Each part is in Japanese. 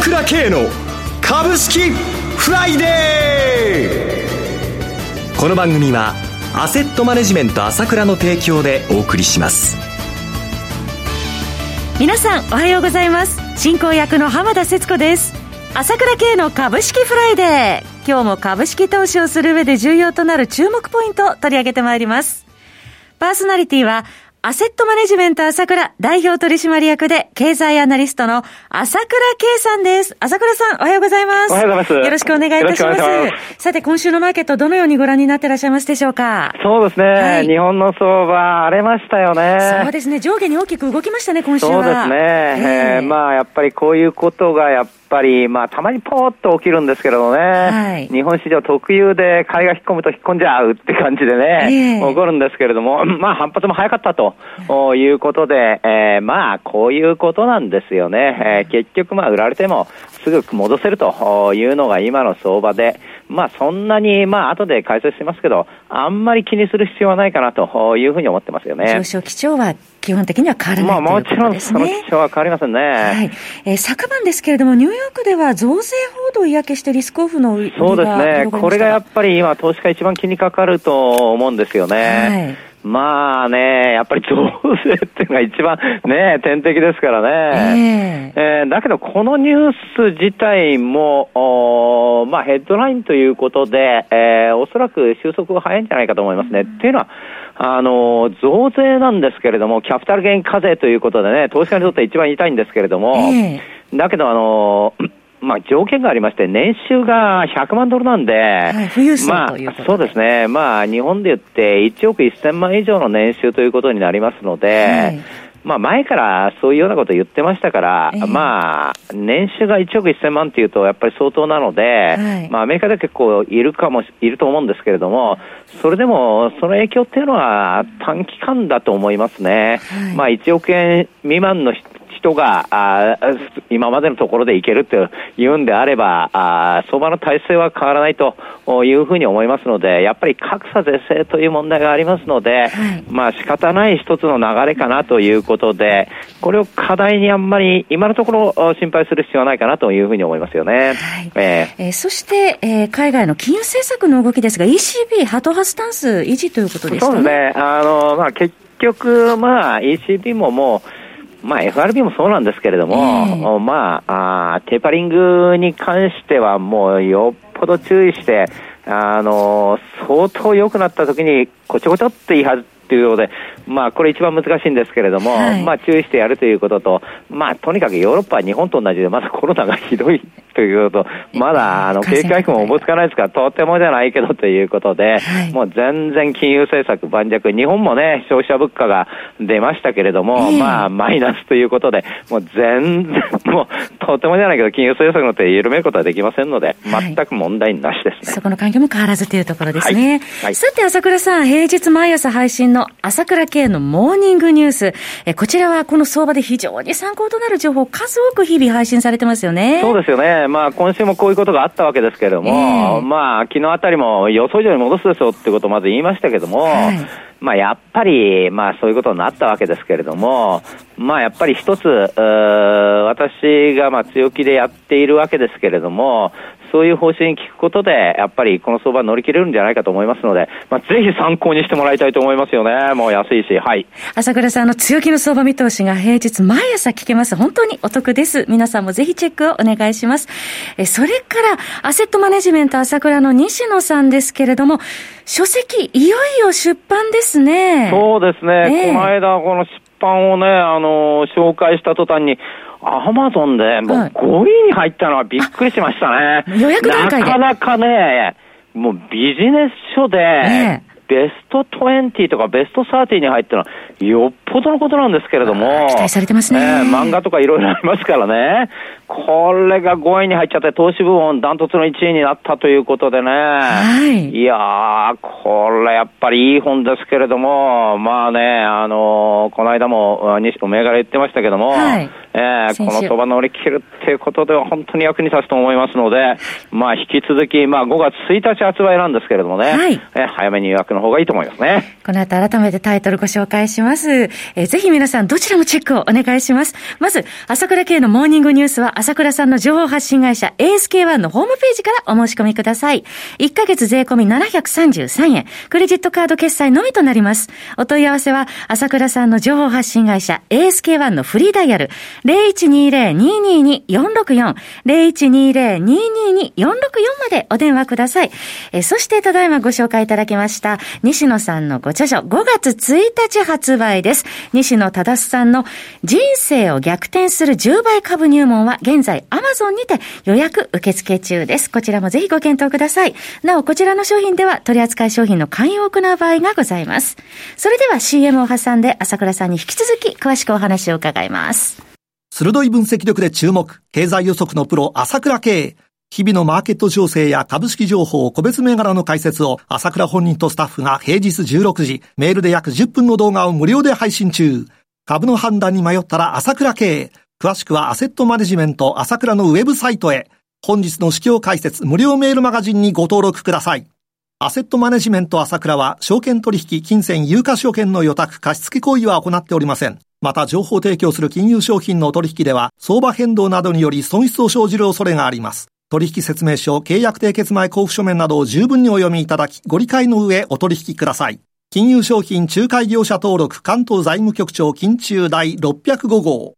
倉慶の株式フライデー。この番組はアセットマネジメント朝倉の提供でお送りします。 皆さんおはようございます。進行役の浜田節子です。朝倉慶の株式フライデー。今日も株式投資をする上で重要となる注目ポイントを取り上げてまいります。パーソナリティはアセットマネジメント朝倉代表取締役で経済アナリストの朝倉慶さんです。朝倉さんおはようございます。 おはようございます。 よろしくお願いいたします。さて今週のマーケットどのようにご覧になってらっしゃいますでしょうか。 そうですね、 はい、 日本の相場荒れましたよね。 そうですね、上下に大きく動きましたね今週は。 そうですね、まあやっぱりこういうことがやっぱりまあたまにポーッと起きるんですけれどね、はい、日本市場特有で買いが引っ込むと引っ込んじゃうって感じでね、起こるんですけれども、まあ反発も早かったということで、まあこういうことなんですよね。結局まあ売られてもすぐ戻せるというのが今の相場で、まあそんなにまあ後で解説しますけど、あんまり気にする必要はないかなというふうに思ってますよね。 上昇基調は基本的には変わらないということですね。 まあもちろんその基調は変わりませんね。 はい。昨晩ですけれどもニューヨークでは増税報道を嫌気してリスクオフの売りがそうですね。これがやっぱり今投資家一番気にかかると思うんですよね。はい、まあね、やっぱり増税っていうのが一番ね、天敵ですからね。だけどこのニュース自体も、まあヘッドラインということで、おそらく収束が早いんじゃないかと思いますね。っていうのは、増税なんですけれども、キャピタルゲイン課税ということでね、投資家にとって一番痛いんですけれども、だけどまあ条件がありまして、年収が100万ドルなんで、はい、 富裕層ということで、 そうですね。まあ日本で言って1億1000万以上の年収ということになりますので、はい、まあ前からそういうようなことを言ってましたから、まあ年収が1億1000万っていうとやっぱり相当なので、はい、まあアメリカで結構いると思うんですけれども、それでもその影響っていうのは短期間だと思いますね。はい、まあ1億円未満の人が今までのところでいけるというんであれば、相場の体制は変わらないというふうに思いますので、やっぱり格差是正という問題がありますので、はい、まあ仕方ない一つの流れかなということで、これを課題にあんまり今のところ心配する必要はないかなというふうに思いますよね。 はい、そして、海外の金融政策の動きですが ECB ハト派スタンス維持ということでしたね。 そうですね。まあ結局まあ ECB ももうまあ FRB もそうなんですけれども、まあ、テーパリングに関してはもうよっぽど注意して、相当良くなった時にこちょこちょって言いはずというようで、まあこれ一番難しいんですけれども、はい、まあ注意してやるということと、まあとにかくヨーロッパは日本と同じでまだコロナがひどいということと、まだ景気回復もおぼつかないですから、とてもじゃないけどということで、はい、もう全然金融政策盤石、日本もね消費者物価が出ましたけれども、まあマイナスということで、もう全然もうとてもじゃないけど金融政策の手緩めることはできませんので、全く問題なしですね。 そこの環境も変わらずというところですね。はいはい、さて朝倉さん、平日毎朝配信の朝倉慶のモーニングニュース、こちらはこの相場で非常に参考となる情報を数多く日々配信されてますよね。 そうですよね。まあ今週もこういうことがあったわけですけれども、まあ昨日あたりも予想以上に戻すでしょうってことをまず言いましたけども、はい、まあやっぱりまあそういうことになったわけですけれども、まあやっぱり一つ私がまあ強気でやっているわけですけれども、そういう方針に聞くことでやっぱりこの相場乗り切れるんじゃないかと思いますので、まあ、ぜひ参考にしてもらいたいと思いますよね。もう安いし。はい。 朝倉さんの強気の相場見通しが平日毎朝聞けます。本当にお得です。皆さんもぜひチェックをお願いします。それからアセットマネジメント朝倉の西野さんですけれども、書籍いよいよ出版ですね。 そうですね。この間この出版をね紹介した途端にアマゾンでもう5位に入ったのはびっくりしましたね。 予約段階で。 なかなかね、もうビジネス書で、ベスト20とかベスト30に入ったのはよっぽどのことなんですけれども、 期待されてますね。 漫画とかいろいろありますからね。これが5位に入っちゃって投資部門ダントツの1位になったということでね、はい、いやーこれやっぱりいい本ですけれども、まあねこの間も西野銘柄言ってましたけども、はい、この相場乗り切るっていうことでは本当に役に立つと思いますので、まあ引き続きまあ5月1日発売なんですけれどもね、はい、早めに予約の方がいいと思いますね。 この後改めてタイトルご紹介します。 ぜひ皆さんどちらもチェックをお願いします。まず、朝倉慶のモーニングニュースは朝倉さんの情報発信会社 ASK1 のホームページからお申し込みください。1ヶ月税込み733円。クレジットカード決済のみとなります。お問い合わせは朝倉さんの情報発信会社 ASK1 のフリーダイヤル 0120-222-464 0120-222-464 までお電話ください。そしてただいまご紹介いただきました西野さんのご著書5月1日発売です。西野忠さんの人生を逆転する10倍株入門は現在 Amazon にて予約受付中です。こちらもぜひご検討ください。なおこちらの商品では取扱い商品の勧誘を行う場合がございます。それでは CM を挟んで朝倉さんに引き続き詳しくお話を伺います。 鋭い分析力で注目、経済予測のプロ朝倉慶。日々のマーケット情勢や株式情報、個別銘柄の解説を朝倉本人とスタッフが平日16時、メールで約10分の動画を無料で配信中。株の判断に迷ったら朝倉慶。詳しくはアセットマネジメント朝倉のウェブサイトへ。本日の市況解説無料メールマガジンにご登録ください。アセットマネジメント朝倉は証券取引、金銭、有価証券の予託、貸付行為は行っておりません。また情報提供する金融商品の取引では相場変動などにより損失を生じる恐れがあります。取引説明書、契約締結前交付書面などを十分にお読みいただき、ご理解の上お取引ください。金融商品仲介業者登録関東財務局長金中第605号。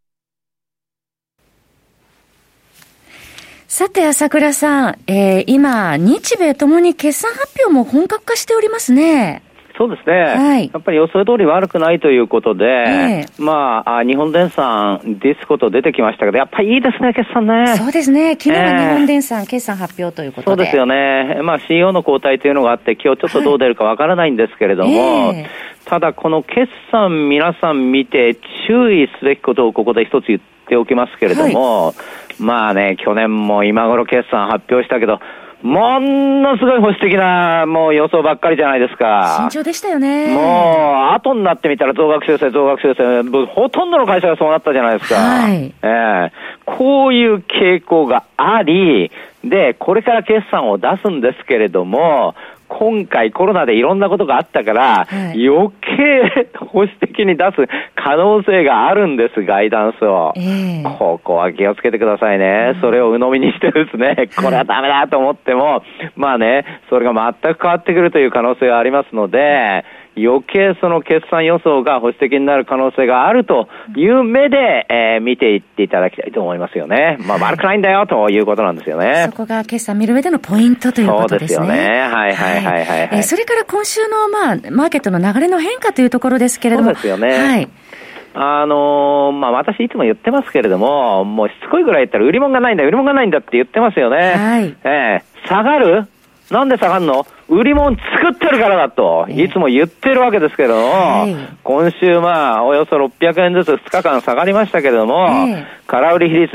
さて朝倉さん、今日米ともに決算発表も本格化しておりますね。 そうですね、 はい、 やっぱり予想通り悪くないということで、まあ、日本電産ディスコと出てきましたけど、やっぱりいいですね、決算ね。 そうですね、昨日は日本電産、決算発表ということで。 そうですよね、まあ、CEO の交代というのがあって、今日ちょっとどう出るかわからないんですけれども、ただ、この決算、皆さん見て、注意すべきことをここで一つ言っておきますけれども、まあね、去年も今頃決算発表したけど、ものすごい保守的なもう予想ばっかりじゃないですか。 慎重でしたよね。 もう後になってみたら増額修正ほとんどの会社がそうなったじゃないですか、はい。こういう傾向がありで、これから決算を出すんですけれども、今回コロナでいろんなことがあったから、余計保守的に出す可能性があるんです、ガイダンスを。ここは気をつけてくださいね。それを鵜呑みにしてですね、これはダメだと思っても、まあね、それが全く変わってくるという可能性がありますので、余計その決算予想が保守的になる可能性があるという目で、見ていっていただきたいと思いますよね。まあ悪くないんだよということなんですよね。 そこが決算見る上でのポイントということですね。 そうですよね。はいはいはいはい、はい。 それから今週のマーケットの流れの変化というところですけれども。 そうですよね。 はい。 まあ私いつも言ってますけれども、もうしつこいぐらい言ったら売り物がないんだって言ってますよね。 はい。 下がる？なんで下がるの？売り物作ってるからだと、いつも言ってるわけですけども、今週およそ600円ずつ2日間下がりましたけれども、空売り比率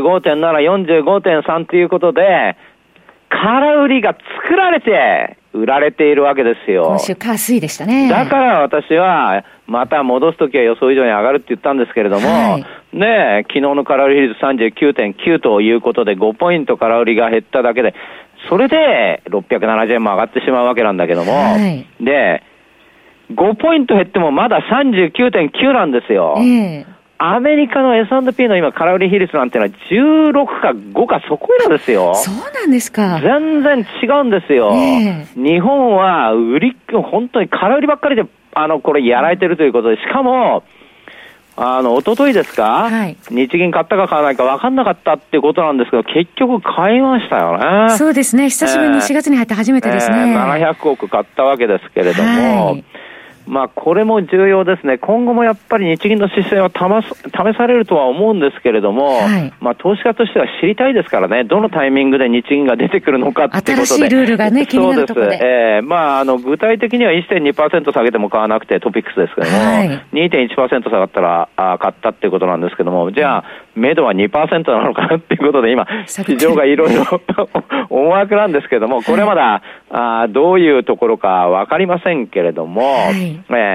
45.7、45.3 ということで、空売りが作られて、売られているわけですよ。 今週火水でしたね。 だから私は、また戻すときは予想以上に上がるって言ったんですけれども、ね、昨日の空売り比率 39.9 ということで5ポイント空売りが減っただけで、それで670円も上がってしまうわけなんだけども、で、5ポイント減ってもまだ 39.9 なんですよ。アメリカの S&P の今空売り比率なんてのは16か5かそこいらですよ。 そうなんですか。 全然違うんですよ。日本は本当に空売りばっかりで、これやられてるということで、しかも、一昨日ですか、日銀買ったか買わないか分かんなかったっていうことなんですけど、結局買いましたよね。 そうですね。久しぶりに4月に入って初めてですね。 700億買ったわけですけれども、まあこれも重要ですね。今後もやっぱり日銀の姿勢は試されるとは思うんですけれども、まあ投資家としては知りたいですからね、どのタイミングで日銀が出てくるのかっていうことで。 新しいルールがね、気になるところで。 そうです。まあ具体的には 1.2% 下げても買わなくてトピックスですけども、2.1% 下がったら買ったっていうことなんですけども、じゃあ、目処は 2% なのかなっていうことで今、市場がいろいろ思惑なんですけども、これまだどういうところかわかりませんけれども、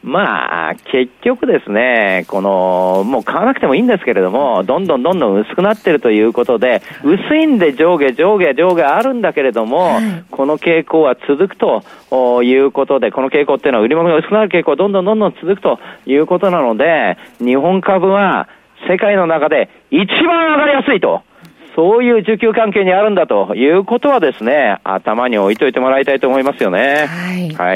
まあ、結局ですね、もう買わなくてもいいんですけれども、どんどん薄くなってるということで、薄いんで上下あるんだけれども、この傾向は続くということで、この傾向っていうのは売り物が薄くなる傾向はどんどん続くということなので、日本株は世界の中で一番上がりやすいと。そういう需給関係にあるんだということはですね、頭に置いといてもらいたいと思いますよね。 はい。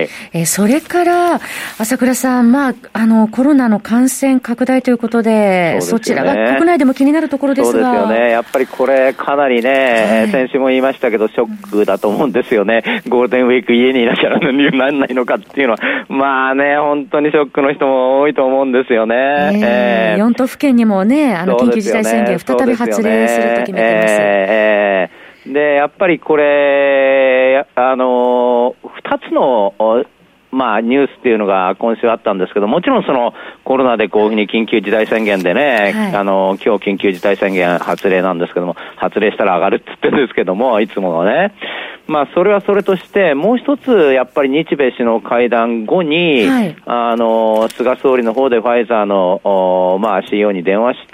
それから、朝倉さん、コロナの感染拡大ということで、そちらが国内でも気になるところですが。 そうですよね。やっぱりこれかなりね、先週も言いましたけど、ショックだと思うんですよね。ゴールデンウィーク家にいなきゃなんないのかっていうのは、まあね、本当にショックの人も多いと思うんですよね。 4都府県にもね、緊急事態宣言再び発令すると決めてで、やっぱりこれ、2つの、ニュースっていうのが今週あったんですけど、もちろんそのコロナでこういうふうに緊急事態宣言でね、今日緊急事態宣言発令なんですけども、発令したら上がるって言ってるんですけども、いつものね。それはそれとして、もう一つ、やっぱり日米首脳会談後に、菅総理の方でファイザーの、CEO に電話して、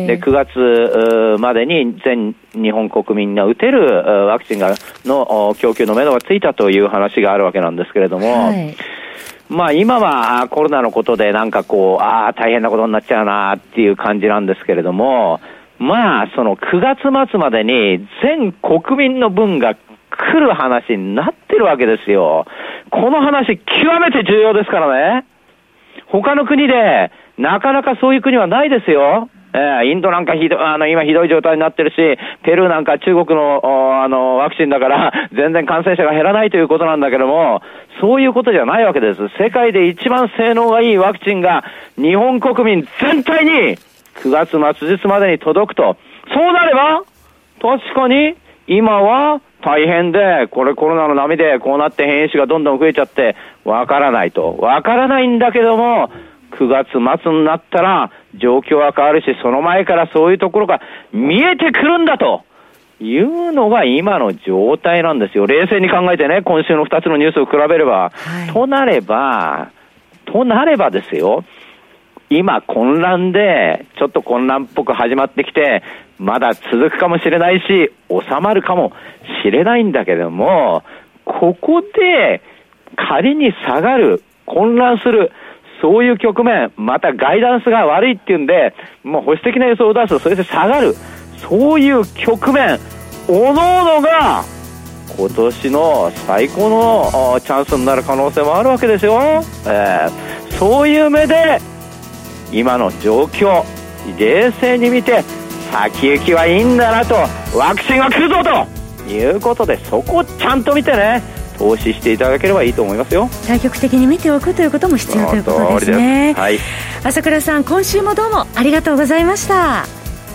で、9月までに全日本国民が打てるワクチンの供給のめどがついたという話があるわけなんですけれども、今はコロナのことでなんか大変なことになっちゃうなっていう感じなんですけれども、その9月末までに全国民の分が来る話になってるわけですよ。この話極めて重要ですからね。他の国でなかなかそういう国はないですよ。インドなんか今ひどい状態になってるし、ペルーなんか中国のワクチンだから全然感染者が減らないということなんだけども、そういうことじゃないわけです。世界で一番性能がいいワクチンが日本国民全体に9月末日までに届くと。そうなれば、確かに今は大変で、これコロナの波でこうなって変異種がどんどん増えちゃってわからないと。わからないんだけども、9月末になったら状況は変わるし、その前からそういうところが見えてくるんだというのが今の状態なんですよ。冷静に考えてね、今週の2つのニュースを比べれば。となればですよ、今混乱で、ちょっと混乱っぽく始まってきて、まだ続くかもしれないし、収まるかもしれないんだけども、ここで仮に下がる、混乱する、そういう局面、またガイダンスが悪いっていうんで、もう保守的な予想を出す、それで下がる、そういう局面、おのおのが今年の最高のチャンスになる可能性もあるわけですよ。そういう目で今の状況冷静に見て先行きはいいんだなと、ワクチンが来るぞということで、そこをちゃんと見てね、投資していただければいいと思いますよ。 対局的に見ておくということも必要ということですね。朝倉さん、今週もどうもありがとうございました。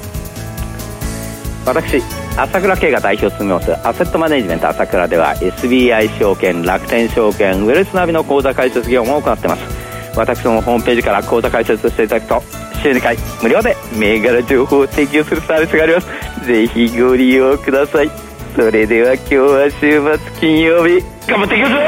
私朝倉慶が代表を務めますアセットマネジメント朝倉では SBI 証券、楽天証券、ウェルスナビの口座開設業務を行っています。私のホームページから口座開設していただくと週2回無料で銘柄情報を提供するサービスがあります。ぜひご利用ください。それでは今日は週末金曜日頑張っていくぞ。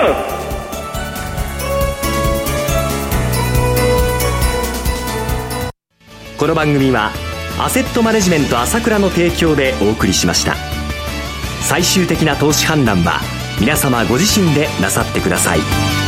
この番組はアセットマネジメント朝倉の提供でお送りしました。最終的な投資判断は皆様ご自身でなさってください。